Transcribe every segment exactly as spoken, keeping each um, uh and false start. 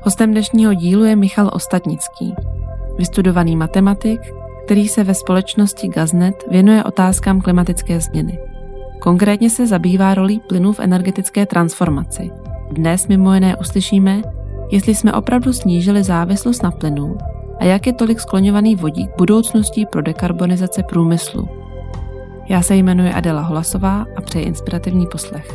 Hostem dnešního dílu je Michal Ostatnický, vystudovaný matematik, který se ve společnosti Gaznet věnuje otázkám klimatické změny. Konkrétně se zabývá rolí plynu v energetické transformaci. Dnes mimo jiné uslyšíme, jestli jsme opravdu snížili závislost na plynu a jak je tolik skloňovaný vodík budoucností pro dekarbonizace průmyslu. Já se jmenuji Adela Holasová a přeji inspirativní poslech.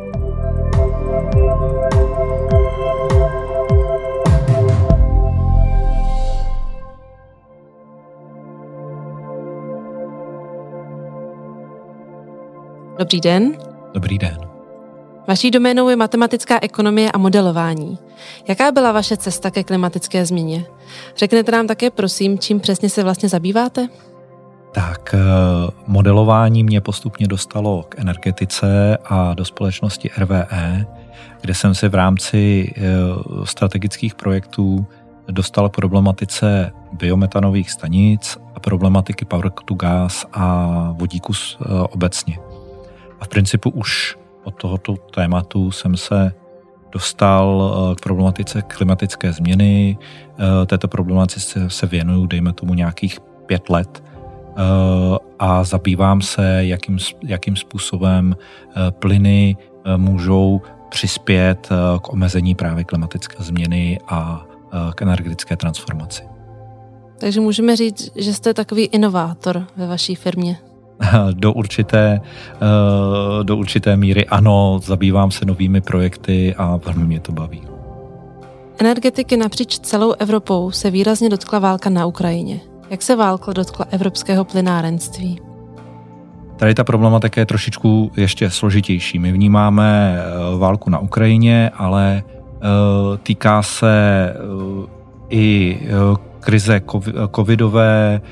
Dobrý den. Dobrý den. Vaší doménou je matematická ekonomie a modelování. Jaká byla vaše cesta ke klimatické změně? Řeknete nám také, prosím, čím přesně se vlastně zabýváte? Tak modelování mě postupně dostalo k energetice a do společnosti R W E, kde jsem se v rámci strategických projektů dostal k problematice biometanových stanic a problematiky power to gas a vodíku obecně. A v principu už od tohoto tématu jsem se dostal k problematice klimatické změny. Této problematice se věnuju, dejme tomu, nějakých pět let a zabývám se, jakým, jakým způsobem plyny můžou přispět k omezení právě klimatické změny a k energetické transformaci. Takže můžeme říct, že jste takový inovátor ve vaší firmě. Do určité, do určité míry ano, zabývám se novými projekty a velmi mě to baví. Energetiky napříč celou Evropou se výrazně dotkla válka na Ukrajině. Jak se válka dotkla evropského plynárenství? Tady ta problematika je trošičku ještě složitější. My vnímáme válku na Ukrajině, ale týká se i krize covidové,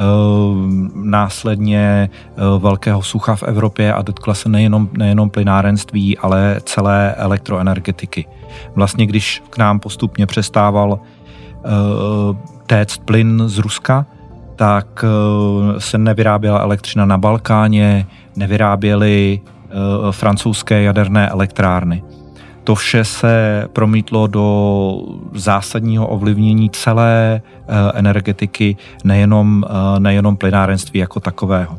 následně velkého sucha v Evropě a dotkla se nejenom, nejenom plynárenství, ale celé elektroenergetiky. Vlastně když k nám postupně přestával téct plyn z Ruska, tak se nevyráběla elektřina na Balkáně, nevyráběly francouzské jaderné elektrárny. To vše se promítlo do zásadního ovlivnění celé energetiky, nejenom, nejenom plynárenství jako takového.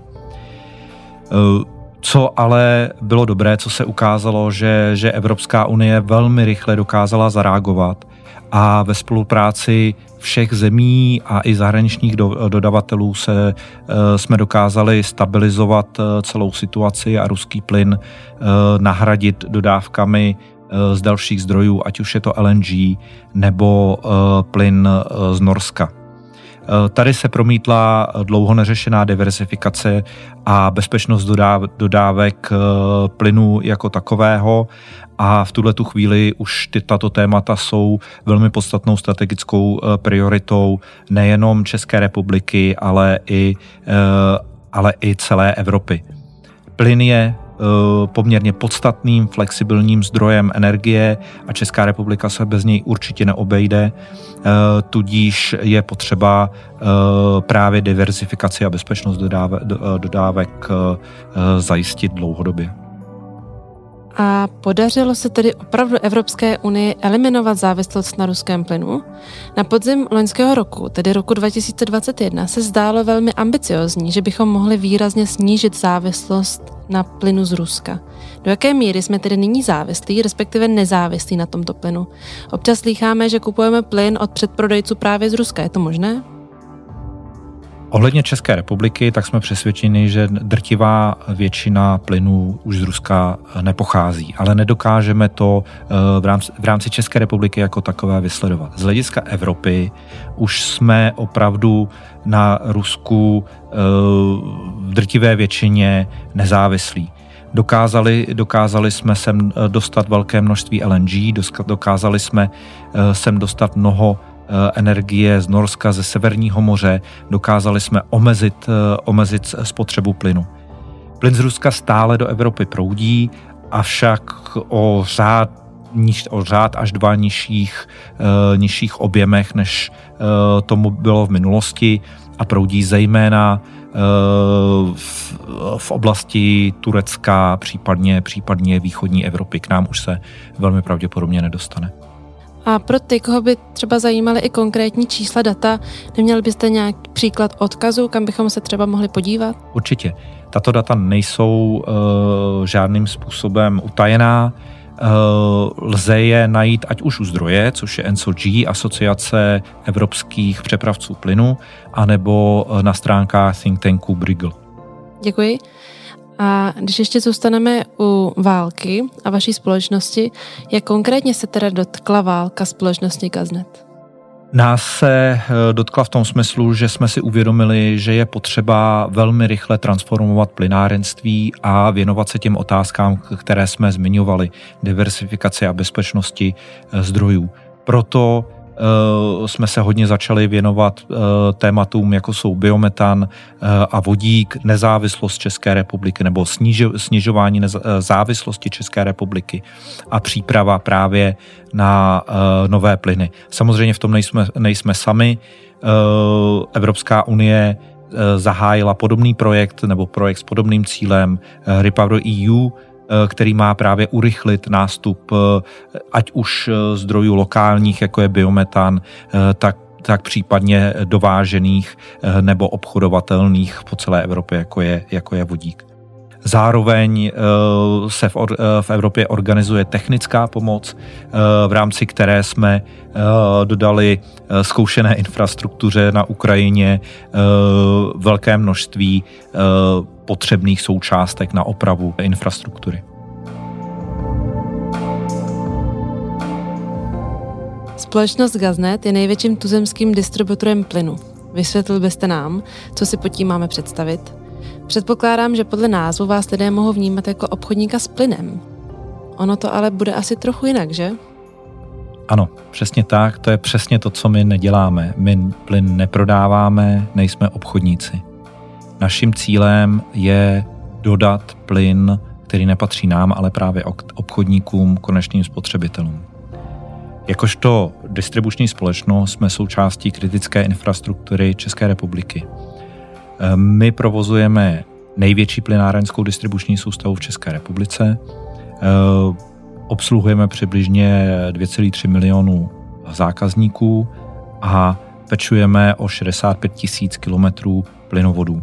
Co ale bylo dobré, co se ukázalo, že, že Evropská unie velmi rychle dokázala zareagovat a ve spolupráci všech zemí a i zahraničních do, dodavatelů se, jsme dokázali stabilizovat celou situaci a ruský plyn nahradit dodávkami z dalších zdrojů, ať už je to L N G nebo plyn z Norska. Tady se promítla dlouho neřešená diverzifikace a bezpečnost dodávek plynu jako takového a v tuhletu chvíli už ty, tato témata jsou velmi podstatnou strategickou prioritou nejenom České republiky, ale i, ale i celé Evropy. Plyn je poměrně podstatným flexibilním zdrojem energie a Česká republika se bez něj určitě neobejde, tudíž je potřeba právě diverzifikaci a bezpečnost dodávek zajistit dlouhodobě. A podařilo se tedy opravdu Evropské unii eliminovat závislost na ruském plynu? Na podzim loňského roku, tedy roku dva tisíce dvacet jedna, se zdálo velmi ambiciózní, že bychom mohli výrazně snížit závislost na plynu z Ruska. Do jaké míry jsme tedy nyní závislí, respektive nezávislí na tomto plynu? Občas slýcháme, že kupujeme plyn od předprodejců právě z Ruska. Je to možné? Ohledně České republiky, tak jsme přesvědčeni, že drtivá většina plynů už z Ruska nepochází, ale nedokážeme to v rámci, v rámci České republiky jako takové vysledovat. Z hlediska Evropy už jsme opravdu na Rusku v drtivé většině nezávislí. Dokázali, dokázali jsme sem dostat velké množství L N G, dokázali jsme sem dostat mnoho energie z Norska, ze Severního moře, dokázali jsme omezit, omezit spotřebu plynu. Plyn z Ruska stále do Evropy proudí, avšak o řád, o řád až dva nižších, nižších objemech, než tomu bylo v minulosti a proudí zejména v, v oblasti Turecka, případně, případně východní Evropy. K nám už se velmi pravděpodobně nedostane. A pro ty, koho by třeba zajímaly i konkrétní čísla, data, neměl byste nějaký příklad odkazu, kam bychom se třeba mohli podívat? Určitě. Tato data nejsou uh, žádným způsobem utajená. Uh, lze je najít ať už u zdroje, což je N S O G, Asociace evropských přepravců plynu, anebo na stránkách think tanku Bruegel. Děkuji. A když ještě zůstaneme u války a vaší společnosti, jak konkrétně se teda dotkla válka společnosti GasNet? Nás se dotkla v tom smyslu, že jsme si uvědomili, že je potřeba velmi rychle transformovat plynárenství a věnovat se těm otázkám, které jsme zmiňovali, diversifikaci a bezpečnosti zdrojů. Proto uh, jsme se hodně začali věnovat uh, tématům, jako jsou biometan uh, a vodík, nezávislost České republiky nebo snižo, snižování neza, závislosti České republiky a příprava právě na uh, nové plyny. Samozřejmě v tom nejsme, nejsme sami. Uh, Evropská unie uh, zahájila podobný projekt nebo projekt s podobným cílem uh, Repower E U, který má právě urychlit nástup ať už zdrojů lokálních, jako je biometan, tak, tak případně dovážených nebo obchodovatelných po celé Evropě, jako je, jako je vodík. Zároveň se v, v Evropě organizuje technická pomoc, v rámci které jsme dodali zkoušené infrastruktuře na Ukrajině velké množství potřebných součástek na opravu infrastruktury. Společnost GasNet je největším tuzemským distributorem plynu. Vysvětlil byste nám, co si pod tím máme představit? Předpokládám, že podle názvu vás lidé mohou vnímat jako obchodníka s plynem. Ono to ale bude asi trochu jinak, že? Ano, přesně tak. To je přesně to, co my neděláme. My plyn neprodáváme, nejsme obchodníci. Naším cílem je dodat plyn, který nepatří nám, ale právě obchodníkům, konečným spotřebitelům. Jakožto distribuční společnost jsme součástí kritické infrastruktury České republiky. My provozujeme největší plynárenskou distribuční soustavu v České republice. Obsluhujeme přibližně dvě celé tři milionu zákazníků a pečujeme o šedesát pět tisíc kilometrů plynovodů.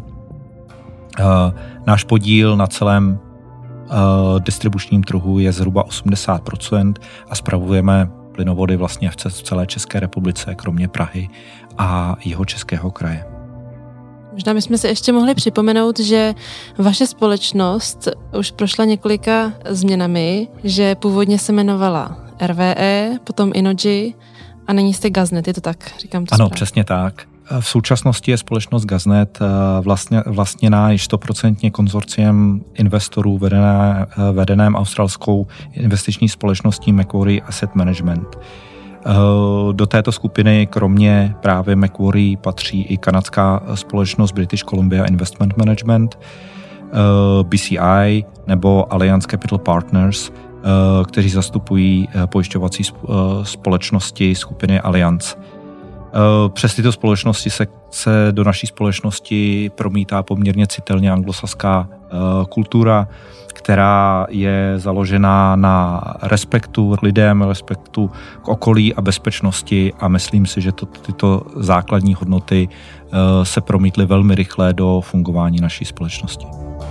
Náš podíl na celém distribučním trhu je zhruba osmdesát procent a spravujeme plynovody vlastně v celé České republice, kromě Prahy a Jihočeského kraje. Možná bychom si ještě mohli připomenout, že vaše společnost už prošla několika změnami, že původně se jmenovala R V E, potom Innogy a nyní jste GasNet, je to tak? Říkám to Ano, správně. Přesně tak. V současnosti je společnost GasNet vlastně, vlastněná již stoprocentně konzorciem investorů vedené, vedeném australskou investiční společností Macquarie Asset Management. Do této skupiny kromě právě Macquarie patří i kanadská společnost British Columbia Investment Management, B C I nebo Allianz Capital Partners, kteří zastupují pojišťovací společnosti skupiny Allianz. Přes tyto společnosti se, se do naší společnosti promítá poměrně citelně anglosaská kultura, která je založená na respektu lidem, respektu k okolí a bezpečnosti a myslím si, že to, tyto základní hodnoty se promítly velmi rychle do fungování naší společnosti.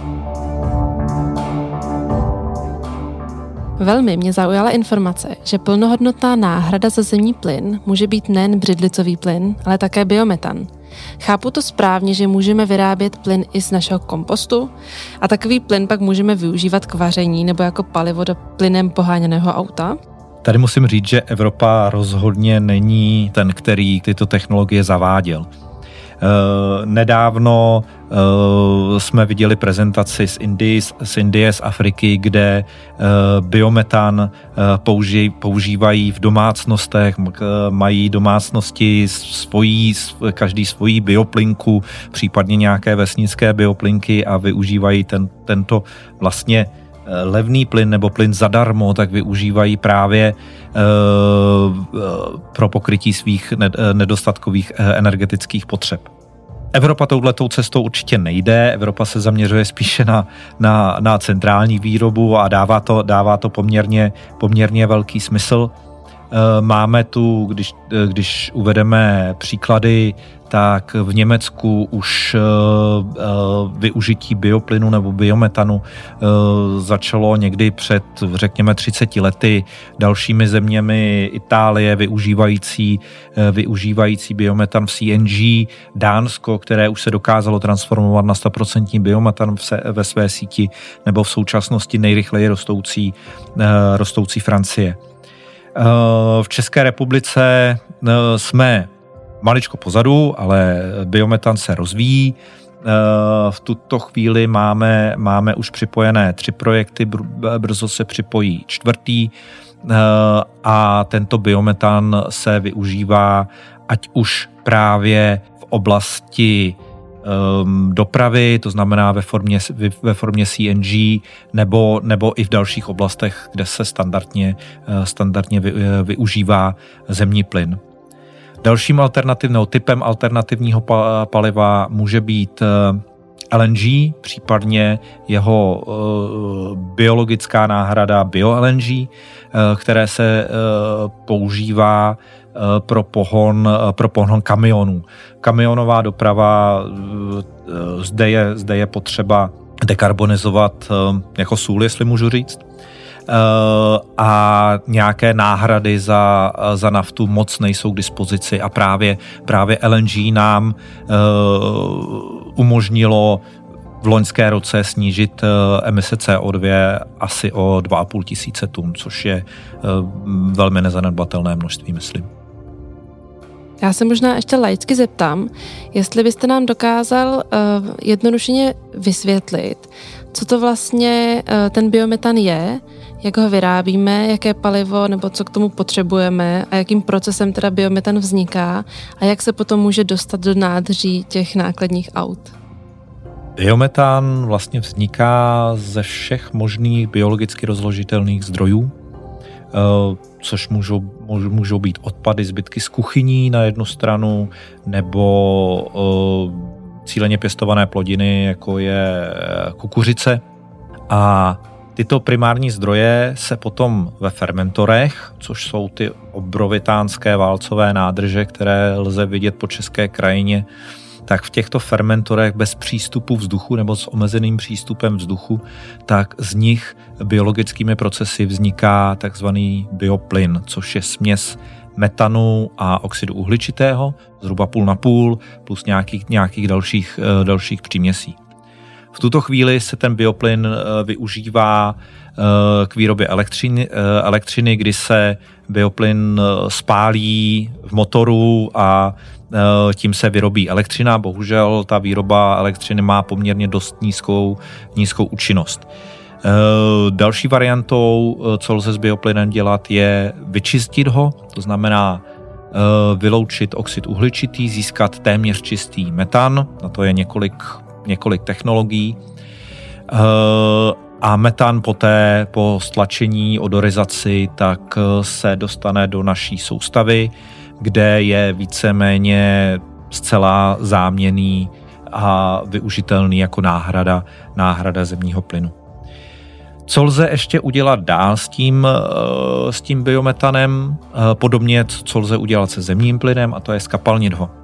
Velmi mě zaujala informace, že plnohodnotná náhrada za zemní plyn může být nejen břidlicový plyn, ale také biometan. Chápu to správně, že můžeme vyrábět plyn i z našeho kompostu a takový plyn pak můžeme využívat k vaření nebo jako palivo do plynem poháněného auta? Tady musím říct, že Evropa rozhodně není ten, který tyto technologie zaváděl. Nedávno jsme viděli prezentaci z Indie, z Indie, z Afriky, kde biometan používají v domácnostech, mají domácnosti svojí, každý svojí bioplynku, případně nějaké vesnické bioplinky a využívají ten, tento vlastně levný plyn nebo plyn zadarmo, tak využívají právě pro pokrytí svých nedostatkových energetických potřeb. Evropa touhletou cestou určitě nejde, Evropa se zaměřuje spíše na, na, na centrální výrobu a dává to, dává to poměrně, poměrně velký smysl. Máme tu, když, když uvedeme příklady, tak v Německu už využití bioplynu nebo biometanu začalo někdy před, řekněme, třiceti lety. Dalšími zeměmi Itálie využívající, využívající biometan v C N G, Dánsko, které už se dokázalo transformovat na sto procent biometan ve své síti, nebo v současnosti nejrychleji rostoucí, rostoucí Francie. V České republice jsme maličko pozadu, ale biometan se rozvíjí. V tuto chvíli máme, máme už připojené tři projekty, brzo se připojí čtvrtý a tento biometan se využívá ať už právě v oblasti dopravy, to znamená ve formě, ve formě C N G, nebo, nebo i v dalších oblastech, kde se standardně, standardně využívá zemní plyn. Dalším alternativním typem alternativního paliva může být L N G, případně jeho biologická náhrada bio-L N G, které se používá pro pohon, pro pohon kamionů. Kamionová doprava, zde je, zde je potřeba dekarbonizovat jako sůl, jestli můžu říct. A nějaké náhrady za, za naftu moc nejsou k dispozici a právě, právě L N G nám umožnilo v loňské roce snížit emise C O dva asi o dva a půl tisíce tun, což je velmi nezanedbatelné množství, myslím. Já se možná ještě laicky zeptám, jestli byste nám dokázal uh, jednodušeně vysvětlit, co to vlastně uh, ten biometan je, jak ho vyrábíme, jaké palivo nebo co k tomu potřebujeme a jakým procesem teda biometan vzniká a jak se potom může dostat do nádrží těch nákladních aut. Biometan vlastně vzniká ze všech možných biologicky rozložitelných zdrojů, což můžou, můžou být odpady, zbytky z kuchyní na jednu stranu, nebo cíleně pěstované plodiny, jako je kukuřice. A tyto primární zdroje se potom ve fermentorech, což jsou ty obrovitánské válcové nádrže, které lze vidět po české krajině, tak v těchto fermentorech bez přístupu vzduchu nebo s omezeným přístupem vzduchu, tak z nich biologickými procesy vzniká takzvaný bioplyn, což je směs metanu a oxidu uhličitého, zhruba půl na půl, plus nějakých, nějakých dalších, dalších příměsí. V tuto chvíli se ten bioplyn využívá k výrobě elektřiny, elektřiny, kdy se bioplyn spálí v motoru a tím se vyrobí elektřina. Bohužel ta výroba elektřiny má poměrně dost nízkou, nízkou účinnost. Další variantou, co lze s bioplynem dělat, je vyčistit ho, to znamená vyloučit oxid uhličitý, získat téměř čistý metan, na to je několik, několik technologií. A metan poté po stlačení, odorizaci, tak se dostane do naší soustavy, kde je víceméně zcela záměnný a využitelný jako náhrada, náhrada zemního plynu. Co lze ještě udělat dál s tím, s tím biometanem? Podobně, co lze udělat se zemním plynem, a to je skapalnit ho.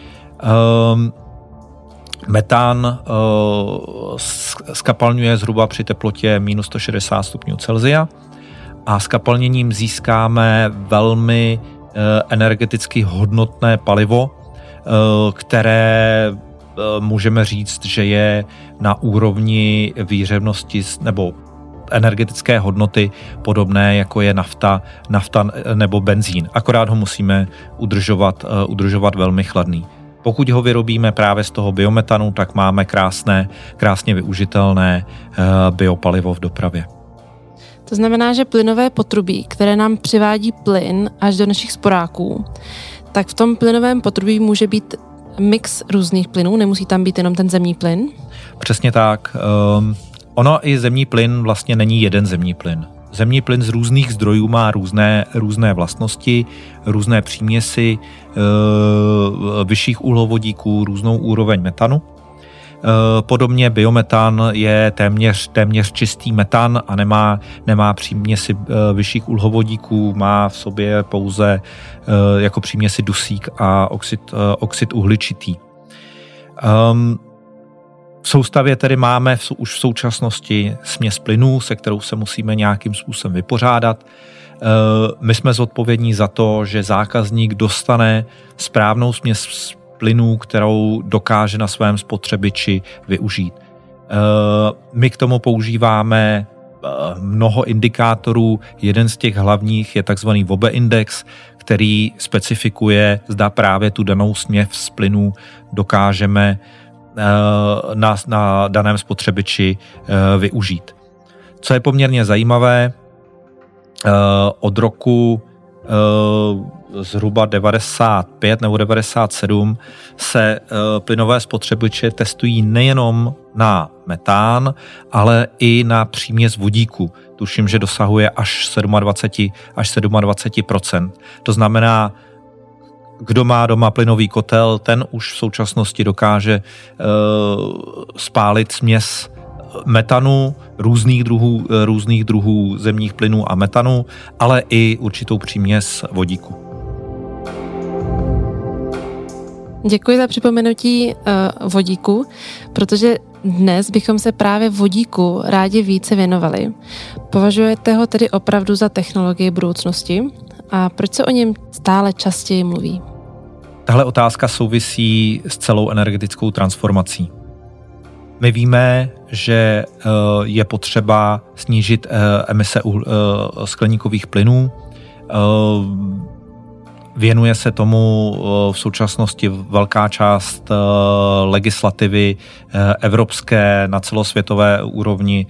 Metan skapalňuje zhruba při teplotě minus sto šedesát stupňů Celsia a skapalněním získáme velmi energeticky hodnotné palivo, které můžeme říct, že je na úrovni výhřevnosti nebo energetické hodnoty podobné, jako je nafta, nafta nebo benzín. Akorát ho musíme udržovat, udržovat velmi chladný. Pokud ho vyrobíme právě z toho biometanu, tak máme krásné, krásně využitelné biopalivo v dopravě. To znamená, že plynové potrubí, které nám přivádí plyn až do našich sporáků, tak v tom plynovém potrubí může být mix různých plynů, nemusí tam být jenom ten zemní plyn? Přesně tak. Um, ono i zemní plyn vlastně není jeden zemní plyn. Zemní plyn z různých zdrojů má různé, různé vlastnosti, různé příměsi, uh, vyšších uhlovodíků, různou úroveň metanu. Podobně biometan je téměř, téměř čistý metan a nemá, nemá příměsi vyšších uhlovodíků, má v sobě pouze jako příměsi dusík a oxid, oxid uhličitý. V soustavě tedy máme v, už v současnosti směs plynů, se kterou se musíme nějakým způsobem vypořádat. My jsme zodpovědní za to, že zákazník dostane správnou směs plynů, kterou dokáže na svém spotřebiči využít. My k tomu používáme mnoho indikátorů. Jeden z těch hlavních je takzvaný V O B E index, který specifikuje, zda právě tu danou směs plynů dokážeme na, na daném spotřebiči využít. Co je poměrně zajímavé, od roku zhruba devadesát pět nebo devadesát sedm se plynové spotřebiče testují nejenom na metán, ale i na příměs vodíku. Tuším, že dosahuje až dvacet sedm až dvacet sedm procent. To znamená, kdo má doma plynový kotel, ten už v současnosti dokáže uh, spálit směs metanu, různých druhů, různých druhů zemních plynů a metanu, ale i určitou příměs vodíku. Děkuji za připomenutí uh, vodíku, protože dnes bychom se právě vodíku rádi více věnovali. Považujete ho tedy opravdu za technologii budoucnosti? A proč se o něm stále častěji mluví? Tahle otázka souvisí s celou energetickou transformací. My víme, že je potřeba snížit emise skleníkových plynů. Věnuje se tomu v současnosti velká část legislativy evropské na celosvětové úrovni.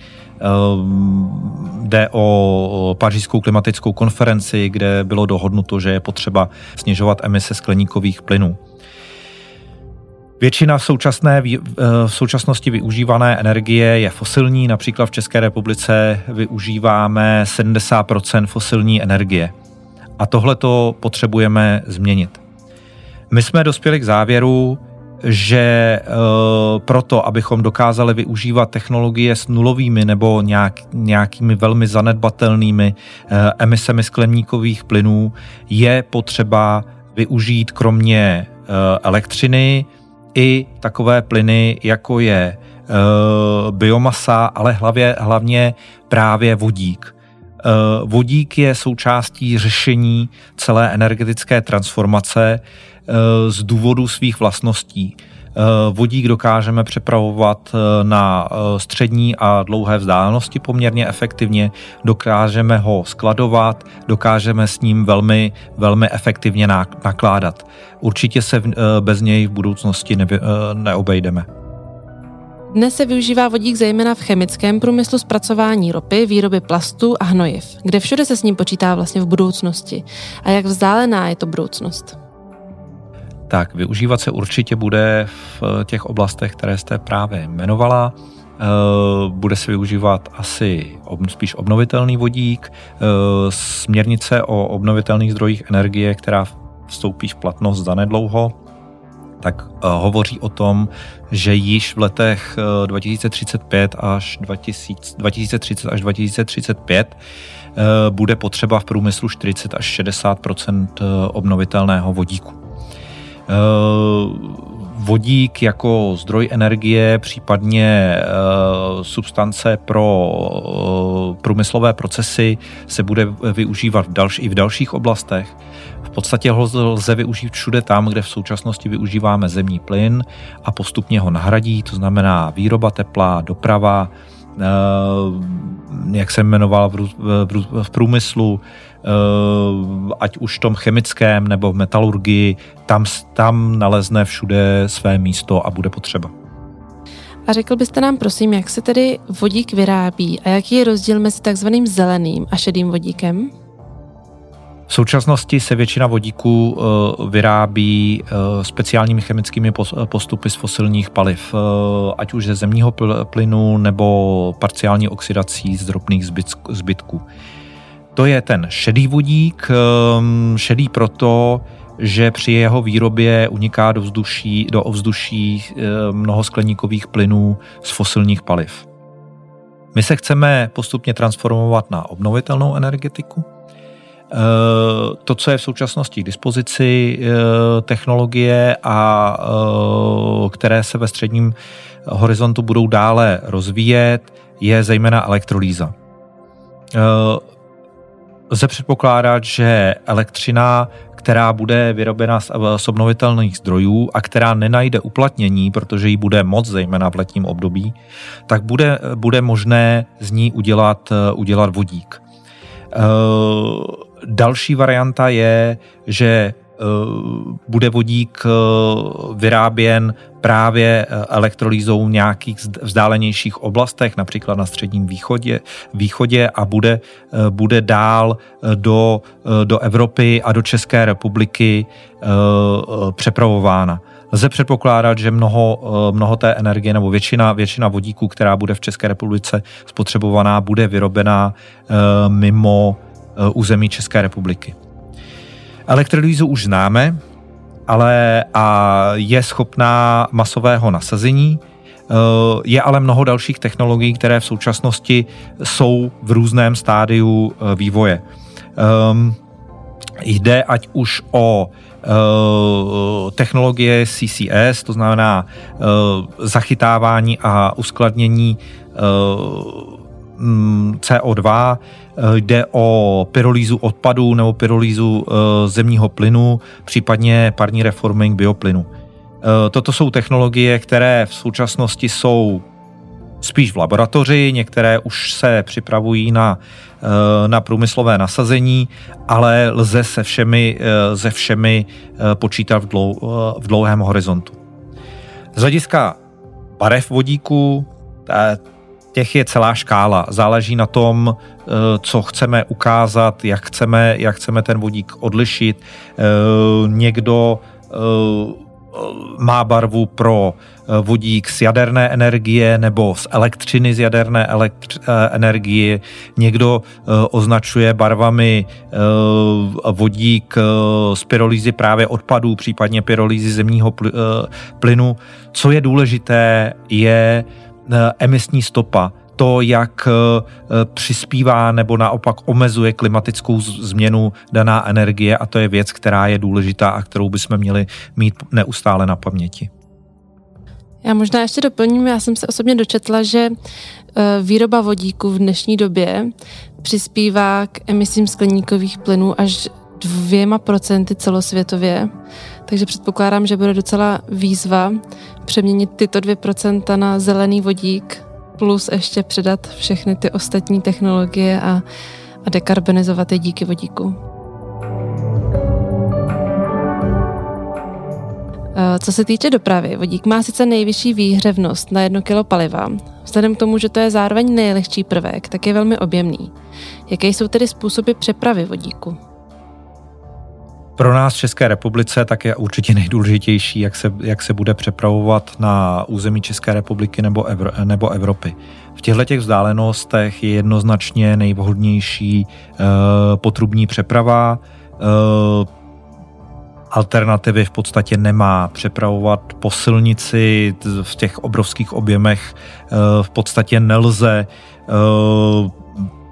Jde o Pařížskou klimatickou konferenci, kde bylo dohodnuto, že je potřeba snižovat emise skleníkových plynů. Většina v, současné, v současnosti využívané energie je fosilní, například v České republice využíváme sedmdesát procent fosilní energie. A tohleto potřebujeme změnit. My jsme dospěli k závěru, že e, proto, abychom dokázali využívat technologie s nulovými nebo nějak, nějakými velmi zanedbatelnými e, emisemi skleníkových plynů, je potřeba využít kromě e, elektřiny i takové plyny, jako je e, biomasa, ale hlavně, hlavně právě vodík. E, vodík je součástí řešení celé energetické transformace z důvodu svých vlastností. Vodík dokážeme přepravovat na střední a dlouhé vzdálenosti poměrně efektivně, dokážeme ho skladovat, dokážeme s ním velmi, velmi efektivně nakládat. Určitě se bez něj v budoucnosti ne, neobejdeme. Dnes se využívá vodík zejména v chemickém průmyslu, zpracování ropy, výroby plastů a hnojiv. Kde všude se s ním počítá vlastně v budoucnosti? A jak vzdálená je to budoucnost? Tak, využívat se určitě bude v těch oblastech, které jste právě jmenovala. Bude se využívat asi spíš obnovitelný vodík. Směrnice o obnovitelných zdrojích energie, která vstoupí v platnost zanedlouho, tak hovoří o tom, že již v letech dva tisíce třicet pět až dva tisíce třicet až dva tisíce třicet pět bude potřeba v průmyslu čtyřicet až šedesát procent obnovitelného vodíku. Vodík jako zdroj energie, případně substance pro průmyslové procesy se bude využívat v další, i v dalších oblastech. V podstatě ho lze využít všude tam, kde v současnosti využíváme zemní plyn a postupně ho nahradí, to znamená výroba tepla, doprava, jak jsem jmenoval v průmyslu, ať už v tom chemickém nebo v metalurgii, tam, tam nalezne všude své místo a bude potřeba. A řekl byste nám prosím, jak se tedy vodík vyrábí a jaký je rozdíl mezi takzvaným zeleným a šedým vodíkem? V současnosti se většina vodíků vyrábí speciálními chemickými postupy z fosilních paliv, ať už ze zemního plynu nebo parciální oxidací z drobných zbytků. To je ten šedý vodík, šedý proto, že při jeho výrobě uniká do vzduší, do ovzduší mnoho skleníkových plynů z fosilních paliv. My se chceme postupně transformovat na obnovitelnou energetiku. To, co je v současnosti k dispozici, technologie, a které se ve středním horizontu budou dále rozvíjet, je zejména elektrolýza. Lze předpokládat, že elektřina, která bude vyrobena z obnovitelných zdrojů a která nenajde uplatnění, protože ji bude moc, zejména v letním období, tak bude, bude možné z ní udělat, udělat vodík. Další varianta je, že bude vodík vyráběn právě elektrolýzou v nějakých vzdálenějších oblastech, například na středním východě, východě a bude, bude dál do, do Evropy a do České republiky přepravována. Lze předpokládat, že mnoho, mnoho té energie nebo většina, většina vodíků, která bude v České republice spotřebovaná, bude vyrobená mimo území České republiky. Elektrolýzu už známe, ale a je schopná masového nasazení. Je ale mnoho dalších technologií, které v současnosti jsou v různém stádiu vývoje. Jde ať už o technologie C C S, to znamená zachytávání a uskladnění C O dva, jde o pyrolýzu odpadů nebo pyrolýzu zemního plynu, případně parní reforming bioplynu. Toto jsou technologie, které v současnosti jsou spíš v laboratoři, některé už se připravují na, na průmyslové nasazení, ale lze se všemi, se všemi počítat v, dlou, v dlouhém horizontu. Z hlediska barev vodíku, těch je celá škála. Záleží na tom, co chceme ukázat, jak chceme, jak chceme ten vodík odlišit. Někdo má barvu pro vodík z jaderné energie nebo z elektřiny z jaderné elektř- energie. Někdo označuje barvami vodík z pyrolýzy právě odpadů, případně pyrolýzy zemního plynu. Co je důležité, je emisní stopa. To, jak přispívá nebo naopak omezuje klimatickou změnu daná energie, a to je věc, která je důležitá a kterou bychom měli mít neustále na paměti. Já možná ještě doplním, já jsem se osobně dočetla, že výroba vodíku v dnešní době přispívá k emisím skleníkových plynů až dvěma procenty celosvětově, takže předpokládám, že bude docela výzva přeměnit tyto dvě procenta na zelený vodík, plus ještě předat všechny ty ostatní technologie a, a dekarbonizovat je díky vodíku. Co se týče dopravy, vodík má sice nejvyšší výhřevnost na jedno kilo paliva. Vzhledem k tomu, že to je zároveň nejlehčí prvek, tak je velmi objemný. Jaké jsou tedy způsoby přepravy vodíku? Pro nás v České republice tak je určitě nejdůležitější, jak se, jak se bude přepravovat na území České republiky nebo, Evro, nebo Evropy. V těchto vzdálenostech je jednoznačně nejvhodnější e, potrubní přeprava. E, alternativy v podstatě nemá. Přepravovat po silnici v těch obrovských objemech e, v podstatě nelze. E,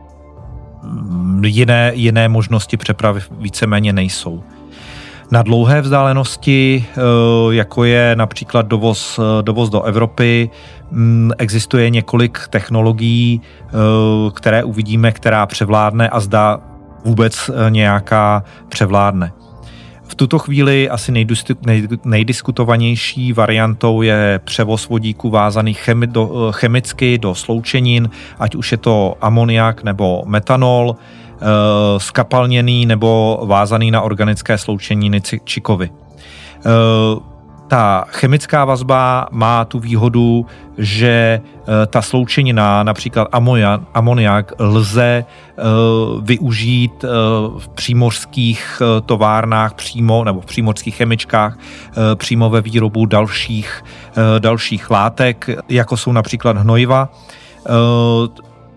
Jiné, jiné možnosti přepravy víceméně nejsou. Na dlouhé vzdálenosti, jako je například dovoz, dovoz do Evropy, existuje několik technologií, které uvidíme, která převládne a zda vůbec nějaká převládne. V tuto chvíli asi nejdiskutovanější variantou je převoz vodíku vázaný chemi, do, chemicky do sloučenin, ať už je to amoniak nebo metanol, e, skapalněný nebo vázaný na organické sloučeniny či kovy. E, ta chemická vazba má tu výhodu, že ta sloučenina, například amoniak, lze využít v přímořských továrnách přímo, nebo v přímořských chemičkách přímo ve výrobu dalších, dalších látek, jako jsou například hnojiva.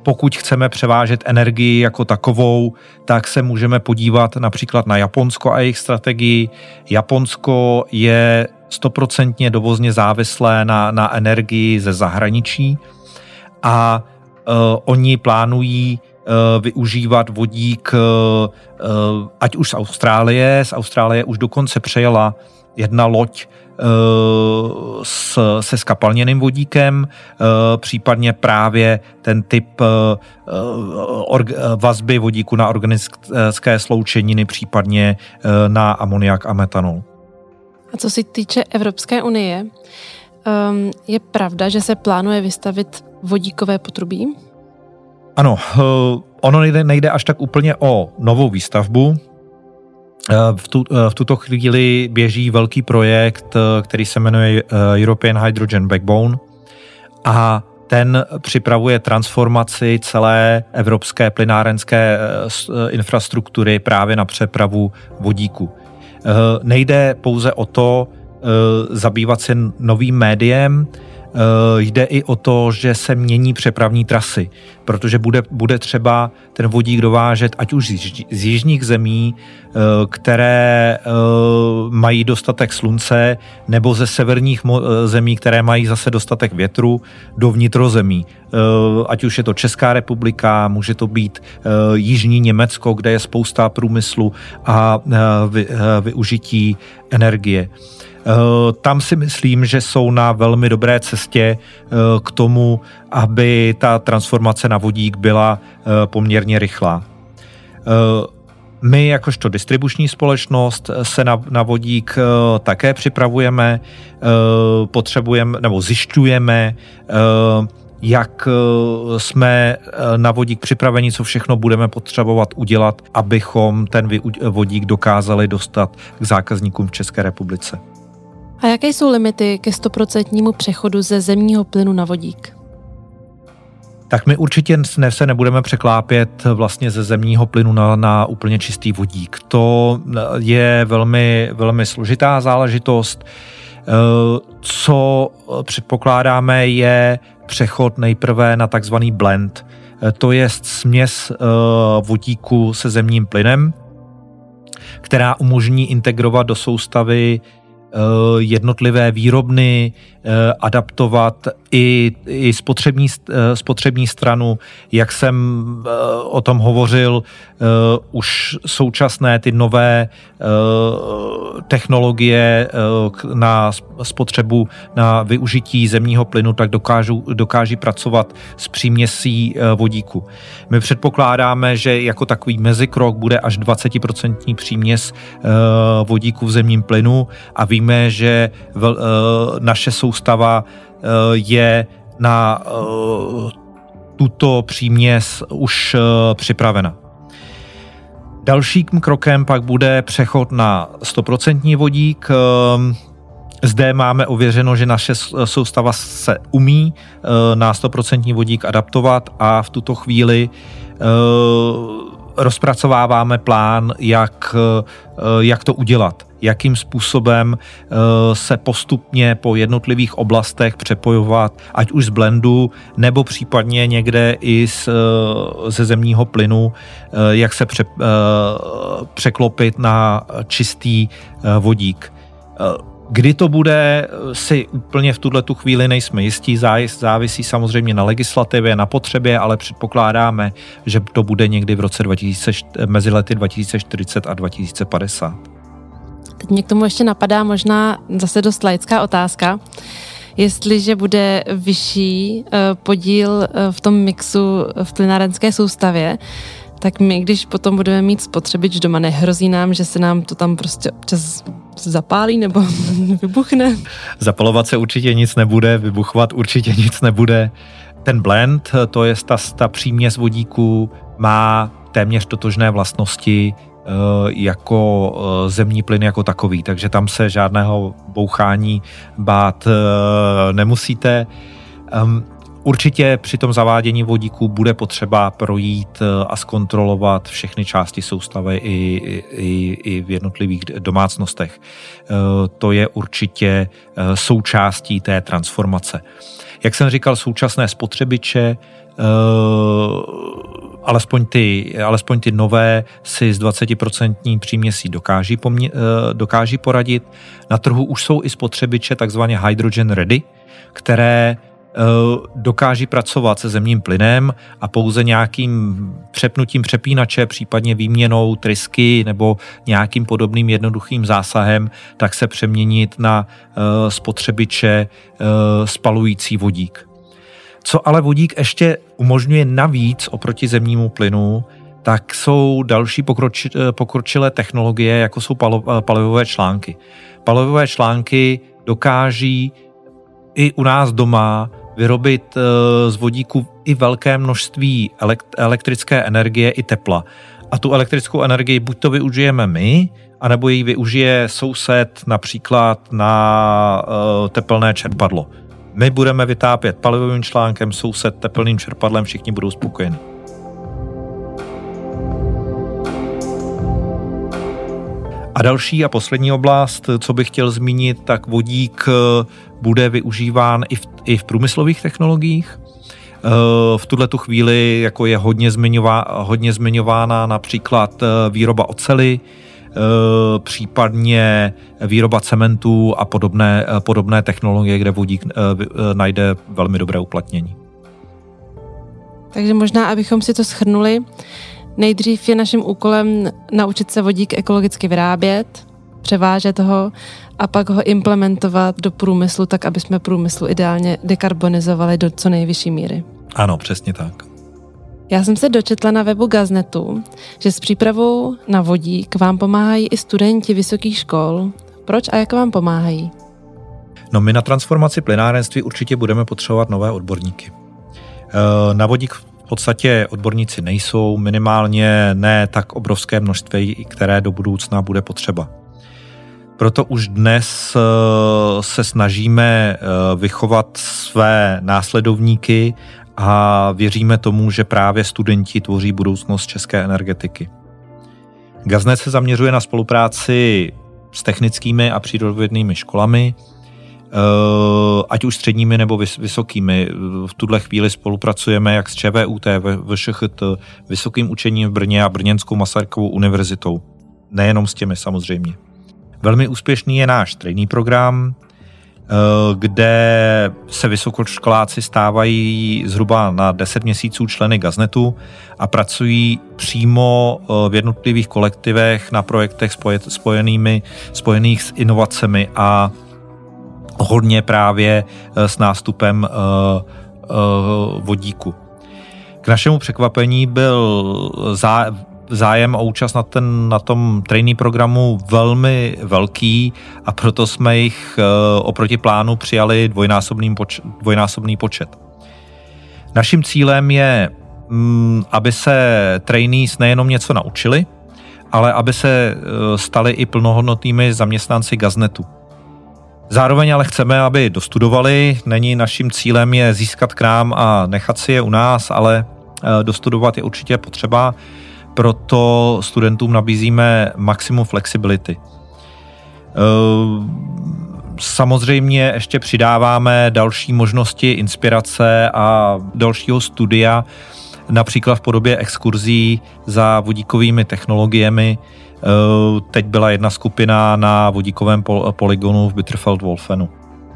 pokud chceme převážet energii jako takovou, tak se můžeme podívat například na Japonsko a jejich strategii. Japonsko je stoprocentně dovozně závislé na, na energii ze zahraničí a uh, oni plánují uh, využívat vodík uh, uh, ať už z Austrálie. Z Austrálie už dokonce přejela jedna loď S, se skapalněným vodíkem, případně právě ten typ org, vazby vodíku na organické sloučeniny, případně na amoniak a metanol. A co se týče Evropské unie, je pravda, že se plánuje vystavit vodíkové potrubí? Ano, ono nejde, nejde až tak úplně o novou výstavbu. V, tu, v tuto chvíli běží velký projekt, který se jmenuje European Hydrogen Backbone a ten připravuje transformaci celé evropské plynárenské infrastruktury právě na přepravu vodíku. Nejde pouze o to zabývat se novým médiem, jde i o to, že se mění přepravní trasy, protože bude, bude třeba ten vodík dovážet ať už z jižních zemí, které mají dostatek slunce, nebo ze severních zemí, které mají zase dostatek větru, do vnitrozemí. Ať už je to Česká republika, může to být jižní Německo, kde je spousta průmyslu a využití energie. Tam si myslím, že jsou na velmi dobré cestě k tomu, aby ta transformace na vodík byla poměrně rychlá. My jakožto distribuční společnost se na, na vodík také připravujeme, potřebujeme nebo zjišťujeme, jak jsme na vodík připraveni, co všechno budeme potřebovat udělat, abychom ten vodík dokázali dostat k zákazníkům v České republice. A jaké jsou limity ke stoprocentnímu přechodu ze zemního plynu na vodík? Tak my určitě se nebudeme překlápět vlastně ze zemního plynu na, na úplně čistý vodík. To je velmi, velmi složitá záležitost. Co předpokládáme je přechod nejprve na takzvaný blend. To je směs vodíku se zemním plynem, která umožní integrovat do soustavy jednotlivé výrobny, adaptovat i, i spotřební, spotřební stranu. Jak jsem o tom hovořil, už současné ty nové technologie na spotřebu, na využití zemního plynu, tak dokážu, dokáží pracovat s příměsí vodíku. My předpokládáme, že jako takový mezikrok bude až dvacet procent příměs vodíku v zemním plynu a víme, že naše soustava je na tuto příměs už připravena. Dalším krokem pak bude přechod na sto procent vodík. Zde máme ověřeno, že naše soustava se umí na sto procent vodík adaptovat a v tuto chvíli rozpracováváme plán, jak, jak to udělat. Jakým způsobem se postupně po jednotlivých oblastech přepojovat, ať už z blendu, nebo případně někde i z, ze zemního plynu, jak se pře, překlopit na čistý vodík. Kdy to bude, si úplně v tuhletu chvíli nejsme jistí, závisí samozřejmě na legislativě, na potřebě, ale předpokládáme, že to bude někdy v roce dva tisíce, mezi lety dva tisíce čtyřicet a dva tisíce padesát. Teď mě k tomu ještě napadá možná zase dost laická otázka. Jestliže bude vyšší podíl v tom mixu v plynárenské soustavě, tak my, když potom budeme mít spotřebič doma, nehrozí nám, že se nám to tam prostě občas zapálí nebo vybuchne? Zapalovat se určitě nic nebude, vybuchovat určitě nic nebude. Ten blend, to je ta, ta příměs vodíku, má téměř totožné vlastnosti jako zemní plyn jako takový, takže tam se žádného bouchání bát nemusíte. Určitě při tom zavádění vodíku bude potřeba projít a zkontrolovat všechny části soustavy i, i, i v jednotlivých domácnostech. To je určitě součástí té transformace. Jak jsem říkal, současné spotřebiče, alespoň ty, alespoň ty nové si s dvacet procent příměsí dokáží, pomě, dokáží poradit. Na trhu už jsou i spotřebiče takzvaně hydrogen ready, které dokáží pracovat se zemním plynem a pouze nějakým přepnutím přepínače, případně výměnou trysky nebo nějakým podobným jednoduchým zásahem, tak se přeměnit na spotřebiče spalující vodík. Co ale vodík ještě umožňuje navíc oproti zemnímu plynu, tak jsou další pokroči, pokročilé technologie, jako jsou palivové články. Palivové články dokáží i u nás doma vyrobit z vodíku i velké množství elektrické energie i tepla. A tu elektrickou energii buď to využijeme my, anebo ji využije soused například na tepelné čerpadlo. My budeme vytápět palivovým článkem, soused tepelným čerpadlem, všichni budou spokojeni. A další a poslední oblast, co bych chtěl zmínit, tak vodík bude využíván i v, i v průmyslových technologiích. V tuhletu chvíli jako je hodně, zmiňová, hodně zmiňována například výroba oceli, případně výroba cementu a podobné, podobné technologie, kde vodík najde velmi dobré uplatnění. Takže možná, abychom si to shrnuli, nejdřív je naším úkolem naučit se vodík ekologicky vyrábět, převážet ho a pak ho implementovat do průmyslu, tak aby jsme průmyslu ideálně dekarbonizovali do co nejvyšší míry. Ano, přesně tak. Já jsem se dočetla na webu Gaznetu, že s přípravou na vodík vám pomáhají i studenti vysokých škol. Proč a jak vám pomáhají? No, my na transformaci plynárenství určitě budeme potřebovat nové odborníky. Na vodík v podstatě odborníci nejsou, minimálně ne tak obrovské množství, které do budoucna bude potřeba. Proto už dnes se snažíme vychovat své následovníky a věříme tomu, že právě studenti tvoří budoucnost české energetiky. Gaznet se zaměřuje na spolupráci s technickými a přírodovědnými školami, ať už středními nebo vysokými. V tuhle chvíli spolupracujeme jak s ČVUT, VŠCHT, Vysokým učením v Brně a Brněnskou Masarykovou univerzitou. Nejenom s těmi samozřejmě. Velmi úspěšný je náš trainee program, kde se vysokoškoláci stávají zhruba na deset měsíců členy Gaznetu a pracují přímo v jednotlivých kolektivech na projektech spojenými, spojených s inovacemi a hodně právě s nástupem vodíku. K našemu překvapení byl zá, zájem o účast na, ten, na tom trainee programu velmi velký a proto jsme jich oproti plánu přijali dvojnásobný počet. Dvojnásobný počet. Naším cílem je, aby se trainees nejenom něco naučili, ale aby se stali i plnohodnotnými zaměstnanci Gaznetu. Zároveň ale chceme, aby dostudovali. Není naším cílem je získat k nám a nechat si je u nás, ale dostudovat je určitě potřeba. Proto studentům nabízíme maximum flexibility. Samozřejmě ještě přidáváme další možnosti inspirace a dalšího studia, například v podobě exkurzí za vodíkovými technologiemi. Teď byla jedna skupina na vodíkovém polygonu v Bitterfeld-Wolfenu.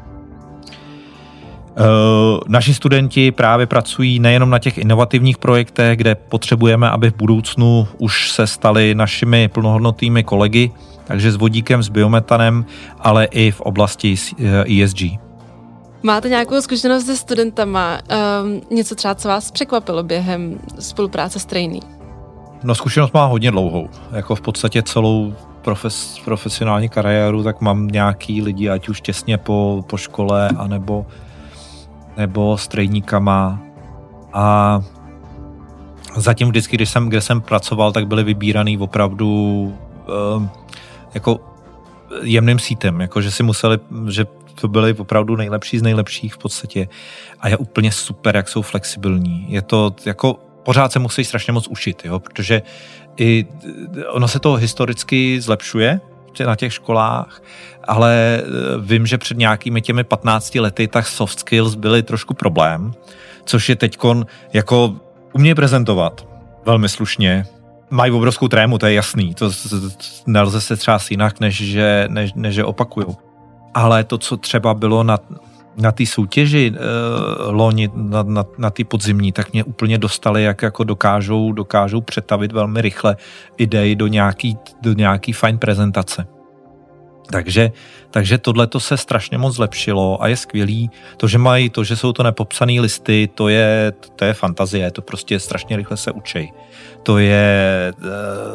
Naši studenti právě pracují nejenom na těch inovativních projektech, kde potřebujeme, aby v budoucnu už se stali našimi plnohodnotnými kolegy, takže s vodíkem, s biometanem, ale i v oblasti E S G. Máte nějakou zkušenost se studentama? Um, něco třeba, co vás překvapilo během spolupráce s trainee? No, zkušenost má hodně dlouhou. Jako v podstatě celou profes, profesionální kariéru, tak mám nějaký lidi, ať už těsně po, po škole, anebo nebo s trejníkama. A zatím vždycky, když jsem, kde jsem pracoval, tak byly vybíraný opravdu um, jako jemným sítem, jako že si museli, že to byly opravdu nejlepší z nejlepších v podstatě. A je úplně super, jak jsou flexibilní. Je to jako, pořád se musí strašně moc učit, jo, protože i ono se to historicky zlepšuje na těch školách, ale vím, že před nějakými těmi patnácti lety tak soft skills byly trošku problém, což je teďkon jako umějí prezentovat velmi slušně. Mají obrovskou trému, to je jasný. To, to, to nelze se třást jinak, než že, než, než že opakujou. Ale to, co třeba bylo na, na té soutěži eh, loni, na, na, na té podzimní, tak mě úplně dostali, jak jako dokážou, dokážou přetavit velmi rychle idei do nějaký, do nějaký fajn prezentace. Takže, takže tohleto se strašně moc zlepšilo a je skvělý. To, že mají, to, že jsou to nepopsané listy, to je, to je fantazie, to prostě strašně rychle se učej. To je uh,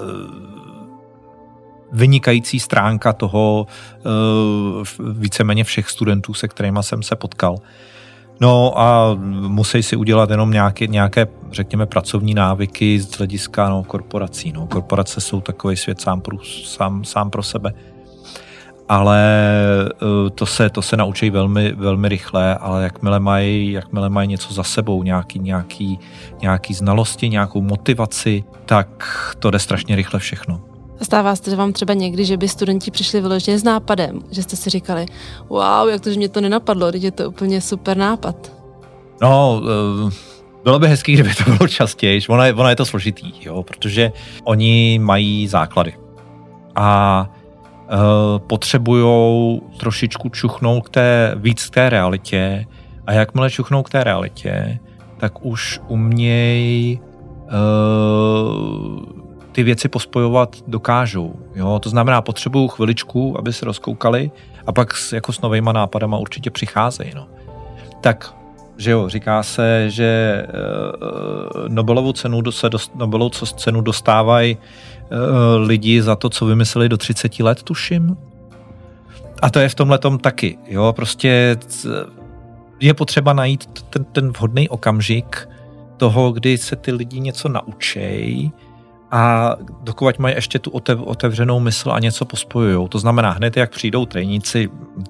vynikající stránka toho uh, víceméně všech studentů, se kterýma jsem se potkal. No a musí si udělat jenom nějaké, nějaké, řekněme, pracovní návyky z hlediska no, korporací. No. Korporace jsou takový svět sám pro, sám, sám pro sebe. Ale to se, to se naučí velmi, velmi rychle, ale jakmile mají, jakmile mají něco za sebou, nějaký, nějaký, nějaký znalosti, nějakou motivaci, tak to jde strašně rychle všechno. Stává se vám třeba někdy, že by studenti přišli vyloženě s nápadem, že jste si říkali, wow, jak to, že mě to nenapadlo, teď je to úplně super nápad. No, bylo by hezký, kdyby to bylo častěji, ono je, ono je to složitý, jo, protože oni mají základy a Uh, potřebujou trošičku čuchnout k té, víc k té realitě a jakmile čuchnou k té realitě, tak už umějí uh, ty věci pospojovat dokážou. Jo? To znamená, potřebují chviličku, aby se rozkoukali a pak s, jako s novejma nápadama určitě přicházejí. No. Tak, že jo, říká se, že uh, Nobelovu cenu, se dost, Nobelovu cenu dostávají lidi za to, co vymysleli do třiceti let, tuším. A to je v tomhletom taky. Jo? Prostě je potřeba najít ten, ten vhodný okamžik toho, kdy se ty lidi něco naučej a dokud mají ještě tu otevřenou mysl a něco pospojujou. To znamená, hned jak přijdou tréníci,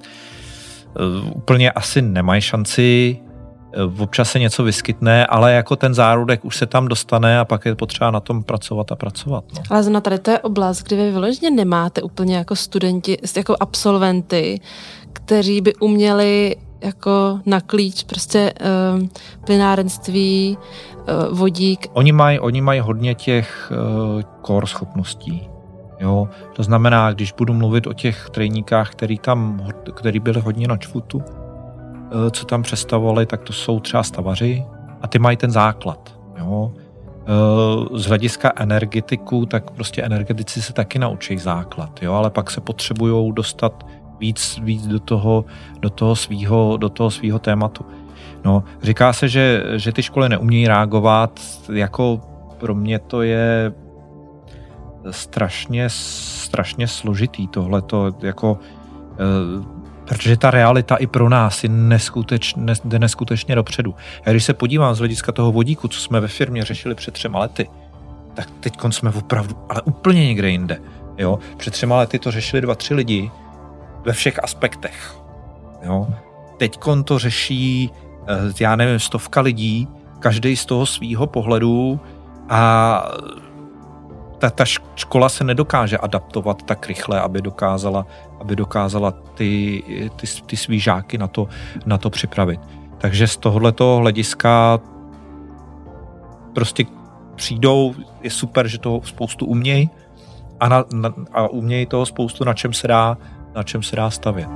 úplně asi nemají šanci, občas se něco vyskytne, ale jako ten zárodek už se tam dostane a pak je potřeba na tom pracovat a pracovat. No. Ale zna tady to je oblast, kdy vy vyloženě nemáte úplně jako studenti, jako absolventy, kteří by uměli jako na klíč prostě uh, plynárenství, uh, vodík. Oni mají oni mají hodně těch uh, core schopností. Jo? To znamená, když budu mluvit o těch tréníkách, který tam, který byli hodně na čfutu, co tam představovali, tak to jsou třeba stavaři a ty mají ten základ. Jo? Z hlediska energetiku, tak prostě energetici se taky naučí základ, jo? Ale pak se potřebujou dostat víc, víc do toho, do toho svýho, do toho svýho tématu. No, říká se, že, že ty školy neumějí reagovat, jako pro mě to je strašně, strašně složitý tohleto, jako protože ta realita i pro nás je neskutečně, jde neskutečně dopředu. Já když se podívám z hlediska toho vodíku, co jsme ve firmě řešili před třema lety, tak teďkon jsme opravdu, ale úplně někde jinde. Jo? Před třema lety to řešili dva, tři lidi ve všech aspektech. Jo? Teďkon to řeší, já nevím, stovka lidí, každý z toho svýho pohledu a ta, ta škola se nedokáže adaptovat tak rychle, aby dokázala, aby dokázala ty, ty, ty svý žáky na to, na to připravit. Takže z tohoto hlediska prostě přijdou, je super, že toho spoustu umějí a, na, na, a umějí toho spoustu, na čem se dá, na čem se dá stavět.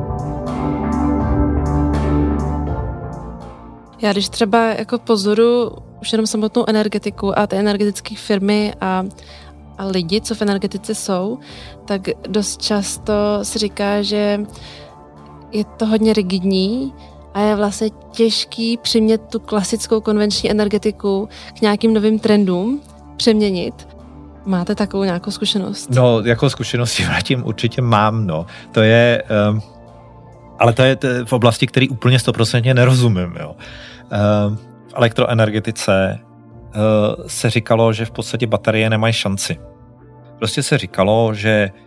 Já když třeba jako pozoru už jenom samotnou energetiku a ty energetické firmy a, a lidi, co v energetice jsou, tak dost často se říká, že je to hodně rigidní a je vlastně těžký přimět tu klasickou konvenční energetiku k nějakým novým trendům, přeměnit. Máte takovou nějakou zkušenost? No, jako zkušenosti vrátím určitě mám, no. To je, um, ale to je t- v oblasti, který úplně stoprocentně nerozumím, jo. Um, v elektroenergetice uh, se říkalo, že v podstatě baterie nemají šanci. Prostě se říkalo, že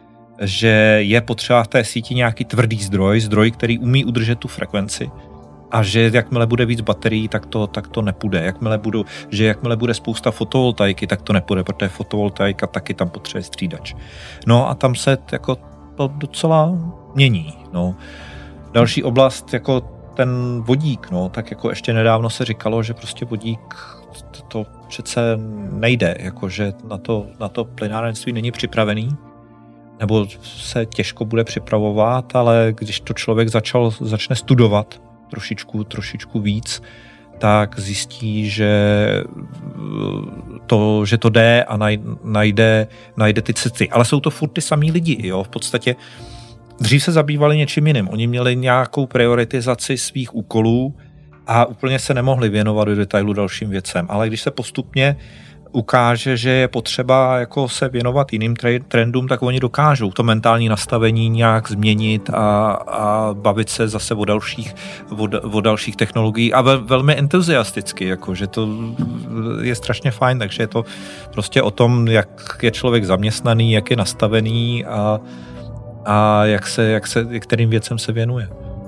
že je potřeba v té síti nějaký tvrdý zdroj, zdroj, který umí udržet tu frekvenci a že jakmile bude víc baterií, tak to, tak to nepůjde. Jakmile budu, že jakmile bude spousta fotovoltaiky, tak to nepůjde, protože fotovoltaika taky tam potřebuje střídač. No a tam se jako to docela mění. No. Další oblast, jako ten vodík, no, tak jako ještě nedávno se říkalo, že prostě vodík to, to přece nejde, jako že na to, na to plynárenství není připravený, nebo se těžko bude připravovat, ale když to člověk začal, začne studovat trošičku, trošičku víc, tak zjistí, že to, že to jde a najde, najde ty cesty. Ale jsou to furt ty samý lidi, jo, v podstatě dřív se zabývali něčím jiným. Oni měli nějakou prioritizaci svých úkolů a úplně se nemohli věnovat do detailu dalším věcem. Ale když se postupně ukáže, že je potřeba jako se věnovat jiným trendům, tak oni dokážou to mentální nastavení nějak změnit a, a bavit se zase o dalších, o, o dalších technologií a ve, velmi entuziasticky, jako, že to je strašně fajn, takže je to prostě o tom, jak je člověk zaměstnaný, jak je nastavený a, a jak se, jak se, kterým věcem se věnuje.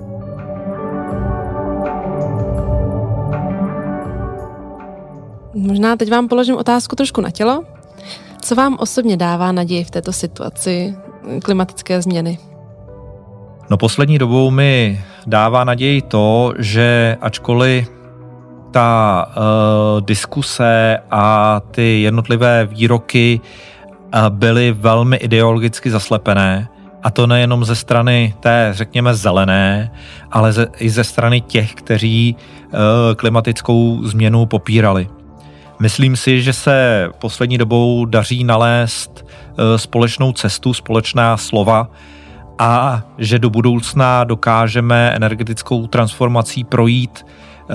Možná teď vám položím otázku trošku na tělo. Co vám osobně dává naději v této situaci klimatické změny? No poslední dobou mi dává naději to, že ačkoliv ta uh, diskuse a ty jednotlivé výroky uh, byly velmi ideologicky zaslepené, a to nejenom ze strany té, řekněme, zelené, ale ze, i ze strany těch, kteří uh, klimatickou změnu popírali. Myslím si, že se poslední dobou daří nalézt společnou cestu, společná slova a že do budoucna dokážeme energetickou transformací projít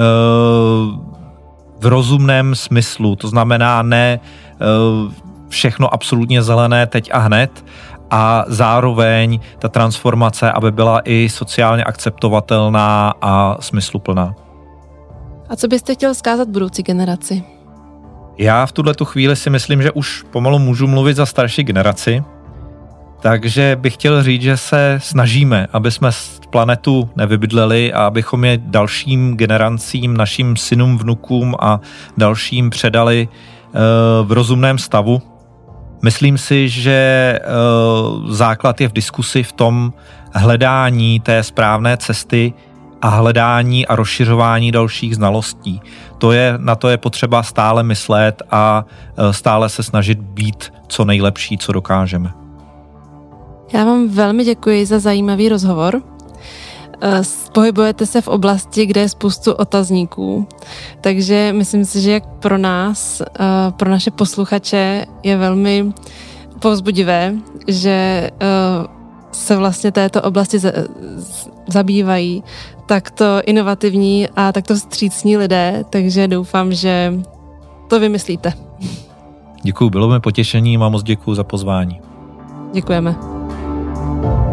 v rozumném smyslu. To znamená ne všechno absolutně zelené teď a hned a zároveň ta transformace, aby byla i sociálně akceptovatelná a smysluplná. A co byste chtěl vzkázat budoucí generaci? Já v tuhletu chvíli si myslím, že už pomalu můžu mluvit za starší generaci, takže bych chtěl říct, že se snažíme, aby jsme planetu nevybydleli a abychom je dalším generacím, našim synům, vnukům a dalším předali v rozumném stavu. Myslím si, že základ je v diskusi v tom hledání té správné cesty a hledání a rozšiřování dalších znalostí. To je, na to je potřeba stále myslet a stále se snažit být co nejlepší, co dokážeme. Já vám velmi děkuji za zajímavý rozhovor. Pohybujete se v oblasti, kde je spoustu otazníků, takže myslím si, že jak pro nás, pro naše posluchače je velmi povzbudivé, že se vlastně této oblasti zabývají takto inovativní a takto vstřícní lidé, takže doufám, že to vymyslíte. Děkuju, bylo mi potěšením a moc děkuju za pozvání. Děkujeme.